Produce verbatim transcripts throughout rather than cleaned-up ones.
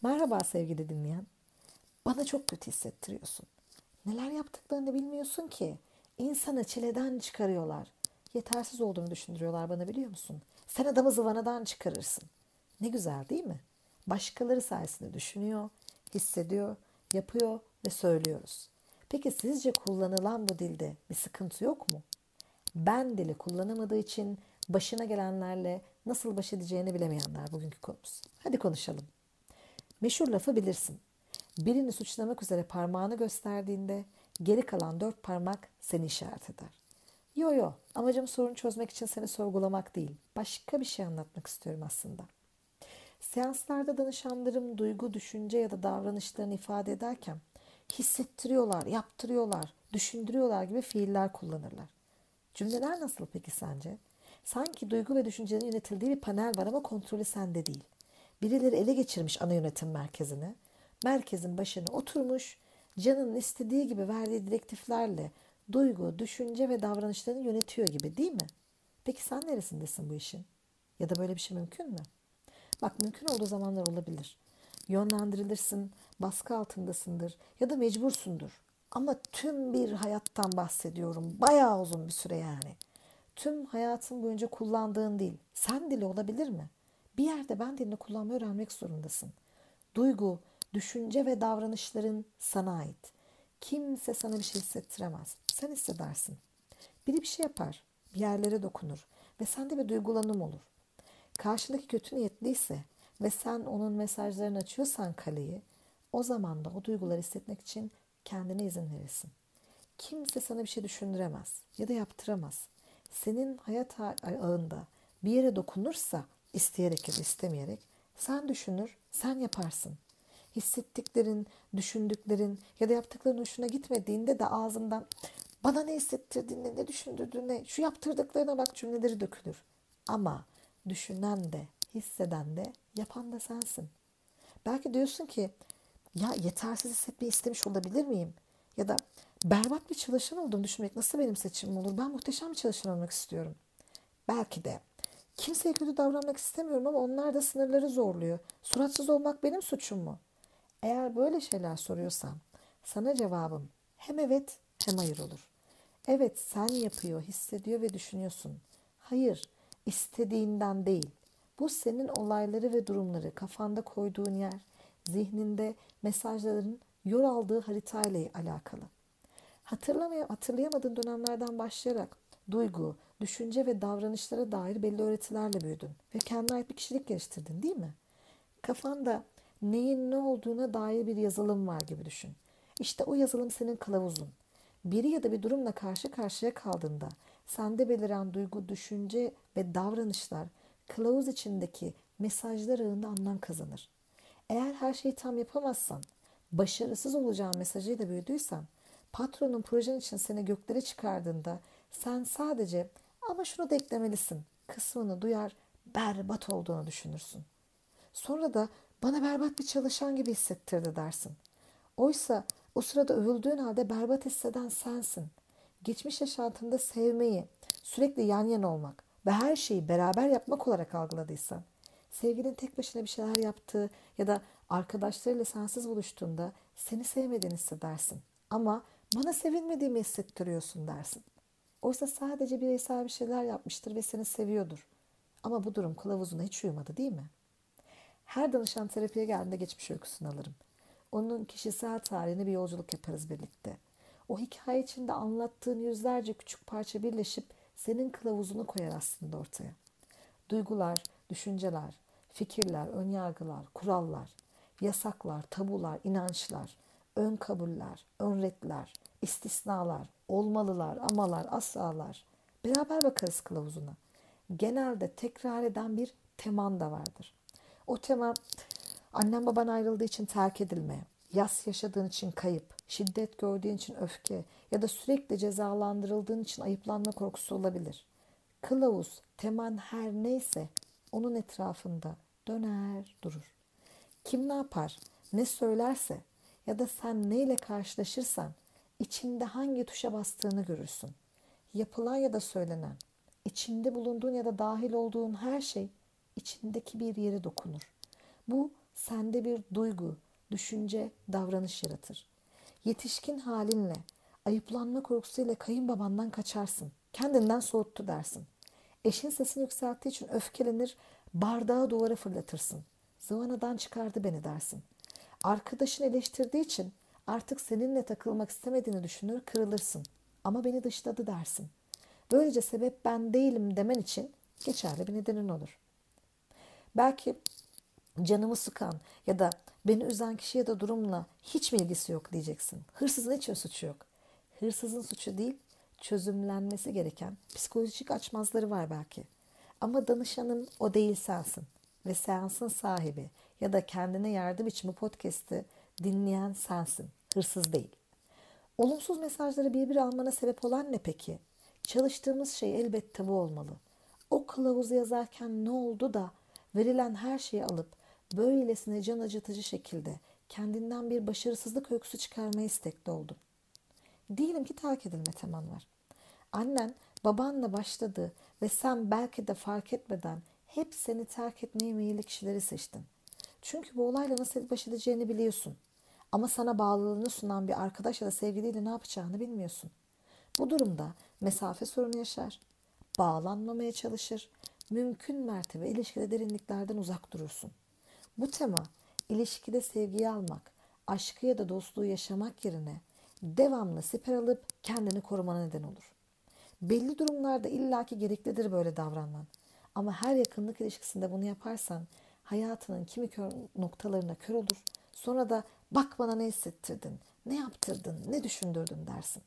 Merhaba sevgili dinleyen. Bana çok kötü hissettiriyorsun. Neler yaptıklarını bilmiyorsun ki. İnsanı çileden çıkarıyorlar. Yetersiz olduğunu düşündürüyorlar bana biliyor musun? Sen adamı zıvanadan çıkarırsın. Ne güzel değil mi? Başkaları sayesinde düşünüyor, hissediyor, yapıyor ve söylüyoruz. Peki sizce kullanılan bu dilde bir sıkıntı yok mu? Ben dili kullanamadığı için başına gelenlerle nasıl baş edeceğini bilemeyenler bugünkü konumuz. Hadi konuşalım. Meşhur lafı bilirsin. Birini suçlamak üzere parmağını gösterdiğinde geri kalan dört parmak seni işaret eder. Yo yo, amacım sorunu çözmek için seni sorgulamak değil. Başka bir şey anlatmak istiyorum aslında. Seanslarda danışanlarım duygu, düşünce ya da davranışlarını ifade ederken hissettiriyorlar, yaptırıyorlar, düşündürüyorlar gibi fiiller kullanırlar. Cümleler nasıl peki sence? Sanki duygu ve düşüncelerin yönetildiği bir panel var ama kontrolü sende değil. Birileri ele geçirmiş ana yönetim merkezini. Merkezin başına oturmuş, canının istediği gibi verdiği direktiflerle duygu, düşünce ve davranışlarını yönetiyor gibi değil mi? Peki sen neresindesin bu işin? Ya da böyle bir şey mümkün mü? Bak mümkün olduğu zamanlar olabilir. Yönlendirilirsin, baskı altındasındır ya da mecbursundur. Ama tüm bir hayattan bahsediyorum. Bayağı uzun bir süre yani. Tüm hayatın boyunca kullandığın dil. Sen dili olabilir mi? Bir yerde ben dilini kullanmayı öğrenmek zorundasın. Duygu, düşünce ve davranışların sana ait. Kimse sana bir şey hissettiremez. Sen hissedersin. Biri bir şey yapar, bir yerlere dokunur ve sende bir duygulanım olur. Karşındaki kötü niyetliyse ve sen onun mesajlarını açıyorsan kaleyi, o zaman da o duyguları hissetmek için kendine izin verirsin. Kimse sana bir şey düşündüremez ya da yaptıramaz. Senin hayat ağında bir yere dokunursa isteyerek ya da istemeyerek sen düşünür, sen yaparsın. Hissettiklerin, düşündüklerin ya da yaptıkların hoşuna gitmediğinde de ağzından bana ne hissettirdiğine, ne düşündürdüğüne, şu yaptırdıklarına bak cümleleri dökülür. Ama düşünen de, hisseden de, yapan da sensin. Belki diyorsun ki ya yetersiz hissetmeyi istemiş olabilir miyim? Ya da berbat bir çalışan olduğumu düşünmek nasıl benim seçimim olur? Ben muhteşem bir çalışan olmak istiyorum. Belki de kimseye kötü davranmak istemiyorum ama onlar da sınırları zorluyor. Suratsız olmak benim suçum mu? Eğer böyle şeyler soruyorsan sana cevabım hem evet hem hayır olur. Evet sen yapıyor, hissediyor ve düşünüyorsun. Hayır, istediğinden değil. Bu senin olayları ve durumları kafanda koyduğun yer, zihninde mesajların yol aldığı haritayla alakalı. Hatırlamaya, hatırlayamadığın dönemlerden başlayarak duygu, düşünce ve davranışlara dair belli öğretilerle büyüdün ve kendine ait bir kişilik geliştirdin değil mi? Kafanda neyin ne olduğuna dair bir yazılım var gibi düşün. İşte o yazılım senin kılavuzun. Biri ya da bir durumla karşı karşıya kaldığında sende beliren duygu, düşünce ve davranışlar kılavuz içindeki mesajlar ağında anlam kazanır. Eğer her şeyi tam yapamazsan, başarısız olacağın mesajıyla büyüdüysen, patronun projen için seni göklere çıkardığında sen sadece ama şunu da eklemelisin kısmını duyar, berbat olduğunu düşünürsün. Sonra da bana berbat bir çalışan gibi hissettirdi dersin. Oysa o sırada övüldüğün halde berbat hisseden sensin. Geçmiş yaşantında sevmeyi, sürekli yan yana olmak ve her şeyi beraber yapmak olarak algıladıysan, sevgilin tek başına bir şeyler yaptığı ya da arkadaşlarıyla sensiz buluştuğunda seni sevmediğini hissedersin. Ama bana sevilmediğimi hissettiriyorsun dersin. Oysa sadece bireysel bir şeyler yapmıştır ve seni seviyordur. Ama bu durum kılavuzuna hiç uymadı değil mi? Her danışan terapiye geldiğinde geçmiş öyküsünü alırım. Onun kişisel tarihine bir yolculuk yaparız birlikte. O hikaye içinde anlattığın yüzlerce küçük parça birleşip senin kılavuzunu koyar aslında ortaya. Duygular, düşünceler, fikirler, önyargılar, kurallar, yasaklar, tabular, inançlar, ön kabuller, ön redler, istisnalar, olmalılar, amalar, asalar. Beraber bakarız kılavuzuna. Genelde tekrar eden bir teman da vardır. O tema annen baban ayrıldığı için terk edilme, yas yaşadığın için kayıp, şiddet gördüğün için öfke ya da sürekli cezalandırıldığın için ayıplanma korkusu olabilir. Kılavuz, teman her neyse onun etrafında döner durur. Kim ne yapar, ne söylerse ya da sen neyle karşılaşırsan içinde hangi tuşa bastığını görürsün. Yapılan ya da söylenen, içinde bulunduğun ya da dahil olduğun her şey içindeki bir yere dokunur. Bu sende bir duygu, düşünce, davranış yaratır. Yetişkin halinle, ayıplanma korkusuyla kayınbabandan kaçarsın. Kendinden soğuttu dersin. Eşin sesini yükselttiği için öfkelenir, bardağı duvara fırlatırsın. Zıvanadan çıkardı beni dersin. Arkadaşın eleştirdiği için artık seninle takılmak istemediğini düşünür, kırılırsın. Ama beni dışladı dersin. Böylece sebep ben değilim demen için geçerli bir nedenin olur. Belki canımı sıkan ya da beni üzen kişi ya da durumla hiç mi ilgisi yok diyeceksin. Hırsızın hiç mi suçu yok? Hırsızın suçu değil, çözümlenmesi gereken psikolojik açmazları var belki. Ama danışanın o değil sensin ve seansın sahibi ya da kendine yardım için bu podcast'i dinleyen sensin. Hırsız değil. Olumsuz mesajları bir bir almana sebep olan ne peki? Çalıştığımız şey elbette bu olmalı. O kılavuzu yazarken ne oldu da verilen her şeyi alıp böylesine can acıtıcı şekilde kendinden bir başarısızlık öyküsü çıkarmaya istekli oldun. Diyelim ki terk edilme teman var. Annen babanla başladı ve sen belki de fark etmeden hep seni terk etmeye meyilli kişileri seçtin. Çünkü bu olayla nasıl baş edeceğini biliyorsun. Ama sana bağlılığını sunan bir arkadaş ya da sevgiliyle ne yapacağını bilmiyorsun. Bu durumda mesafe sorunu yaşar, bağlanmamaya çalışır, mümkün mertebe ilişkide derinliklerden uzak durursun. Bu tema ilişkide sevgiyi almak, aşkı ya da dostluğu yaşamak yerine devamlı siper alıp kendini korumana neden olur. Belli durumlarda illaki gereklidir böyle davranman. Ama her yakınlık ilişkisinde bunu yaparsan hayatının kimi kör noktalarına kör olur. Sonra da bak bana ne hissettirdin, ne yaptırdın, ne düşündürdün dersin.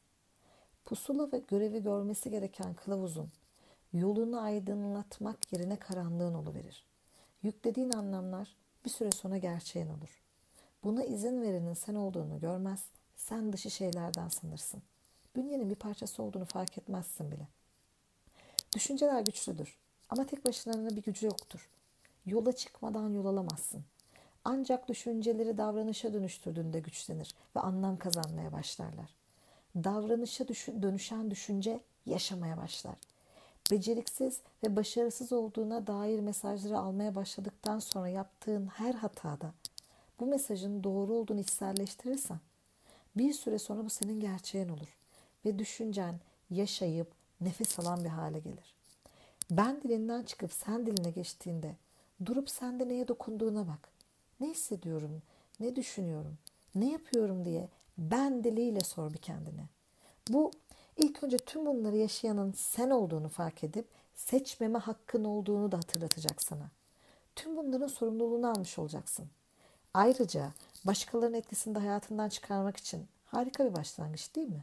Pusula ve görevi görmesi gereken kılavuzun yolunu aydınlatmak yerine karanlığın oluverir. Yüklediğin anlamlar bir süre sonra gerçeğin olur. Buna izin verenin sen olduğunu görmez, sen dışı şeylerden sanırsın. Bünyenin bir parçası olduğunu fark etmezsin bile. Düşünceler güçlüdür ama tek başına bir gücü yoktur. Yola çıkmadan yol alamazsın. Ancak düşünceleri davranışa dönüştürdüğünde güçlenir ve anlam kazanmaya başlarlar. Davranışa dönüşen düşünce yaşamaya başlar. Beceriksiz ve başarısız olduğuna dair mesajları almaya başladıktan sonra yaptığın her hatada bu mesajın doğru olduğunu içselleştirirsen bir süre sonra bu senin gerçeğin olur ve düşüncen yaşayıp nefes alan bir hale gelir. Ben dilinden çıkıp sen diline geçtiğinde durup sende neye dokunduğuna bak. Ne hissediyorum, ne düşünüyorum, ne yapıyorum diye ben diliyle sor bir kendine. Bu ilk önce tüm bunları yaşayanın sen olduğunu fark edip seçmeme hakkın olduğunu da hatırlatacak sana. Tüm bunların sorumluluğunu almış olacaksın. Ayrıca başkalarının etkisini de hayatından çıkarmak için harika bir başlangıç değil mi?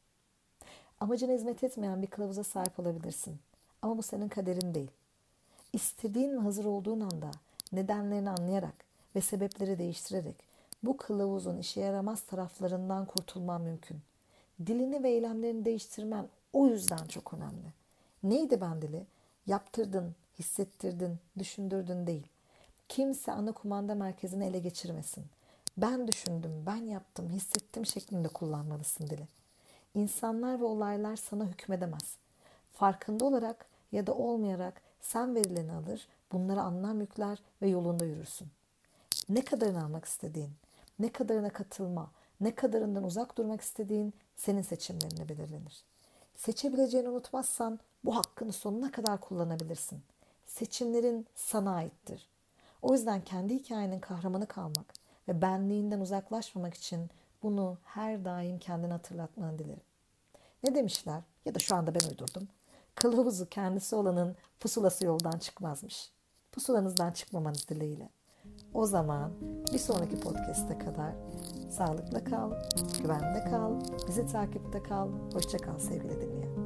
Amacına hizmet etmeyen bir kılavuza sahip olabilirsin. Ama bu senin kaderin değil. İstediğin ve hazır olduğun anda nedenlerini anlayarak ve sebepleri değiştirerek bu kılavuzun işe yaramaz taraflarından kurtulman mümkün. Dilini ve eylemlerini değiştirmen o yüzden çok önemli. Neydi ben dili? Yaptırdın, hissettirdin, düşündürdün değil. Kimse ana kumanda merkezini ele geçirmesin. Ben düşündüm, ben yaptım, hissettim şeklinde kullanmalısın dili. İnsanlar ve olaylar sana hükmedemez. Farkında olarak ya da olmayarak sen verileni alır, bunlara anlam yükler ve yolunda yürürsün. Ne kadarını almak istediğin, ne kadarına katılma, ne kadarından uzak durmak istediğin senin seçimlerine belirlenir. Seçebileceğini unutmazsan bu hakkını sonuna kadar kullanabilirsin. Seçimlerin sana aittir. O yüzden kendi hikayenin kahramanı kalmak ve benliğinden uzaklaşmamak için bunu her daim kendine hatırlatmanı dilerim. Ne demişler? Ya da şu anda ben uydurdum. Kılavuzu kendisi olanın pusulası yoldan çıkmazmış. Pusulanızdan çıkmamanız dileğiyle. O zaman bir sonraki podcast'e kadar sağlıkla kal, güvende kal, bizi takipte kal, hoşça kal sevgili dinleyen.